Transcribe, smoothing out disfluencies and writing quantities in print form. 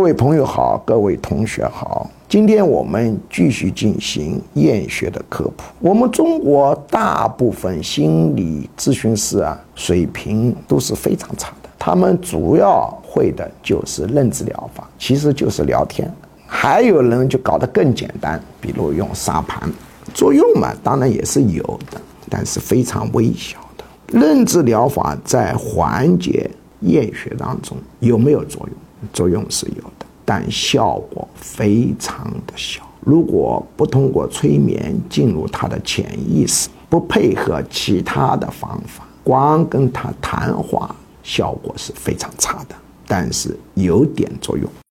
位朋友好，各位同学好，今天我们继续进行厌学的科普。我们中国大部分心理咨询师水平都是非常差的，他们主要会的就是认知疗法，其实就是聊天。还有人就搞得更简单，比如用沙盘，作用嘛，当然也是有的，但是非常微小的。认知疗法在缓解厌学当中有没有作用？作用是有的，但效果非常的小。如果不通过催眠进入他的潜意识，不配合其他的方法，光跟他谈话，效果是非常差的，但是有点作用。